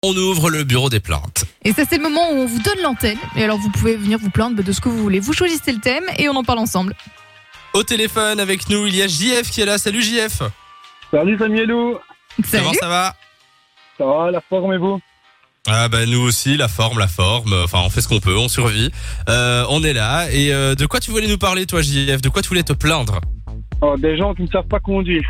On ouvre le bureau des plaintes. Et ça, c'est le moment où on vous donne l'antenne. Et alors, vous pouvez venir vous plaindre de ce que vous voulez. Vous choisissez le thème et on en parle ensemble. Au téléphone avec nous, il y a JF qui est là. Salut JF. Salut Samuelou. Salut. Comment ça va? Ça va, la forme et vous? Ah bah nous aussi, la forme. Enfin, on fait ce qu'on peut, on survit. On est là. Et de quoi tu voulais nous parler, toi, JF? De quoi tu voulais te plaindre? Des gens qui ne savent pas conduire.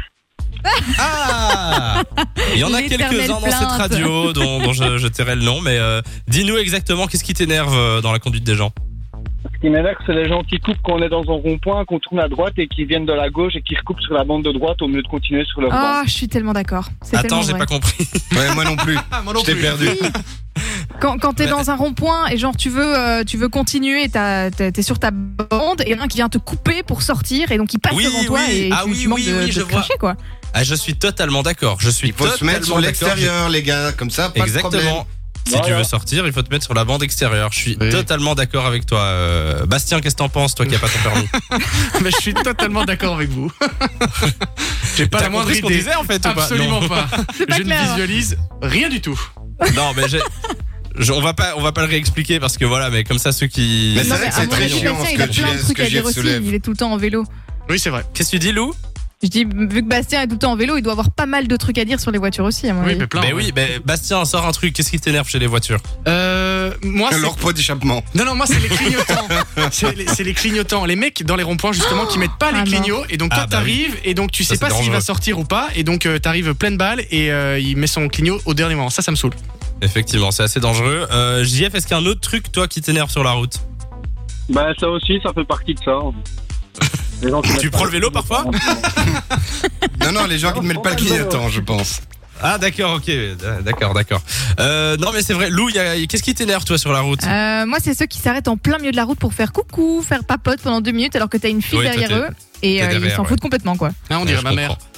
Ah, il y en a L'éternelle quelques-uns dans cette plainte. radio dont je tairai le nom, mais dis-nous exactement qu'est-ce qui t'énerve dans la conduite des gens. Ce qui m'énerve, c'est les gens qui coupent quand on est dans un rond-point, qu'on tourne à droite et qui viennent de la gauche et qui recoupent sur la bande de droite au lieu de continuer sur leur Oh, bande. je suis tellement d'accord. C'est Attends, tellement j'ai vrai. pas compris. Ouais, moi non plus. Je t'ai perdu. Oui. Quand t'es dans un rond-point et genre tu veux continuer, t'es sur ta bande et il y en a un qui vient te couper pour sortir et donc il passe Oui, devant toi oui. et Ah tu, oui, tu manques oui, de, oui, de je te vois. cracher, quoi. Ah, je suis totalement d'accord. Il faut se mettre sur l'extérieur, les gars, comme ça, pas de problème. Exactement. Si Voilà. tu veux sortir, il faut te mettre sur la bande extérieure. Je suis Oui. totalement d'accord avec toi. Bastien, qu'est-ce que t'en penses, toi qui n'as pas ton permis? Mais je suis totalement d'accord avec vous. J'ai pas T'as la moindre compris ce qu'on idée. disait en fait ou pas? Absolument pas. pas Je ne clair. visualise rien du tout. Non, mais on va pas le réexpliquer parce que voilà, mais comme ça ceux qui. Mais c'est Non, vrai mais que à c'est mon très avis, chiant Bastien, ce il a que plein de JF trucs à dire aussi. soulève. Il est tout le temps en vélo. Oui, c'est vrai. Qu'est-ce que tu dis, Lou? Je dis, vu que Bastien est tout le temps en vélo, il doit avoir pas mal de trucs à dire sur les voitures aussi, à mon Oui, avis. mais plein. Ben ouais. oui, Bastien, sors un truc. Qu'est-ce qui t'énerve chez les voitures? Moi, c'est... Leur pot d'échappement. Non, moi, c'est les clignotants. c'est les clignotants. Les mecs dans les ronds-points, justement, qui mettent pas les Ah non. clignots. Et donc, toi, Ah, bah t'arrives, et donc, tu Ça, sais pas c'est s'il va dangereux. sortir ou pas. Et donc, t'arrives pleine balle, et il met son clignot au dernier moment. Ça me saoule. Effectivement, c'est assez dangereux. JF, est-ce qu'il y a un autre truc, toi, qui t'énerve sur la route? Ben ça aussi, ça fait partie de ça. Les gens qui Tu mettent prends pas le vélo de- parfois? Non, les gens qui ne mettent pas le clignotant, je pense. Ah d'accord, ok, d'accord. Non mais c'est vrai, Lou, qu'est-ce qui t'énerve toi sur la route? Moi, c'est ceux qui s'arrêtent en plein milieu de la route pour faire coucou, faire papote pendant 2 minutes alors que t'as une fille Oui, toi, derrière eux et t'es ils derrière, s'en ouais. foutent complètement, quoi. Ah, on Ouais, dirait je ma mère. comprends.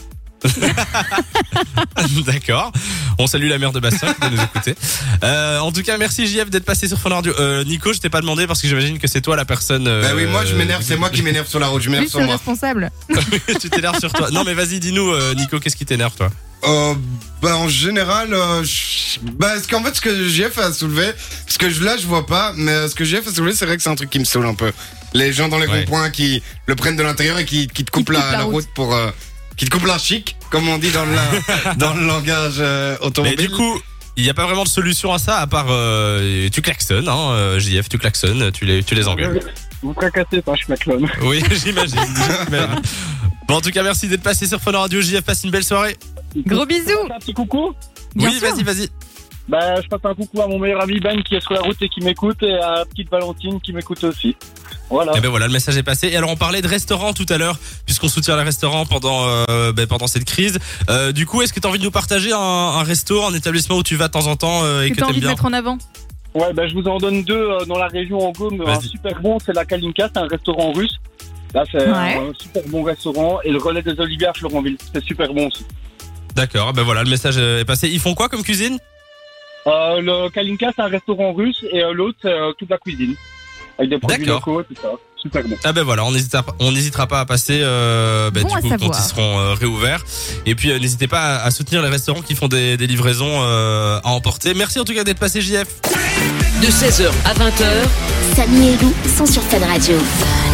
D'accord. On salue la mère de Bastien qui va nous écouter. En tout cas, merci JF d'être passé sur Fun Radio. Nico, je t'ai pas demandé parce que j'imagine que c'est toi la personne. Bah oui, moi je m'énerve, c'est moi qui m'énerve sur la route, je m'énerve Lui, sur c'est le moi. responsable. Tu t'énerves sur toi. Non mais vas-y, dis-nous, Nico, qu'est-ce qui t'énerve toi? En général, parce qu'en fait ce que JF a soulevé, parce que là je vois pas, mais ce que JF a soulevé, c'est vrai que c'est un truc qui me saoule un peu. Les gens dans les Ouais. ronds-points qui le prennent de l'intérieur et qui te coupent coupent la la route. route pour... qui te coupent la chic, comme on dit dans le langage Mais automobile. du coup, il n'y a pas vraiment de solution à ça à part tu klaxonnes, hein, JF, tu klaxonnes, tu les engueules. Vous fracassez pas, je m'acclone. Oui, j'imagine. Bon, en tout cas, merci d'être passé sur Fun Radio. JF, passe une belle soirée. Gros bisous. Un petit coucou. Bien Oui, sûr. vas-y. Ben, je passe un coucou à mon meilleur ami Ben qui est sur la route et qui m'écoute et à la petite Valentine qui m'écoute aussi. Voilà. Et ben voilà, le message est passé. Et alors on parlait de restaurants tout à l'heure, puisqu'on soutient les restaurants pendant cette crise. Du coup, est-ce que tu as envie de nous partager un resto, un établissement où tu vas de temps en temps et Que que t'as t'aimes envie de bien? mettre en avant. Ouais, ben je vous en donne deux dans la région en Gaume. Un Vas-y. super bon, c'est la Kalinka, c'est un restaurant russe. Là, c'est Ouais. un super bon restaurant. Et le relais des Oliviers à Florentville, c'est super bon aussi. D'accord, ben voilà, le message est passé. Ils font quoi comme cuisine? Le Kalinka, c'est un restaurant russe et l'autre, c'est toute la cuisine. Avec des produits D'accord. locaux, tout ça. Super bon. Ah ben voilà, on n'hésitera pas à passer Bon du à coup quand savoir. ils seront réouverts. Et puis n'hésitez pas à soutenir les restaurants qui font des livraisons à emporter. Merci en tout cas d'être passé, JF. De 16h à 20h, Samy et Lou sont sur Fun Radio.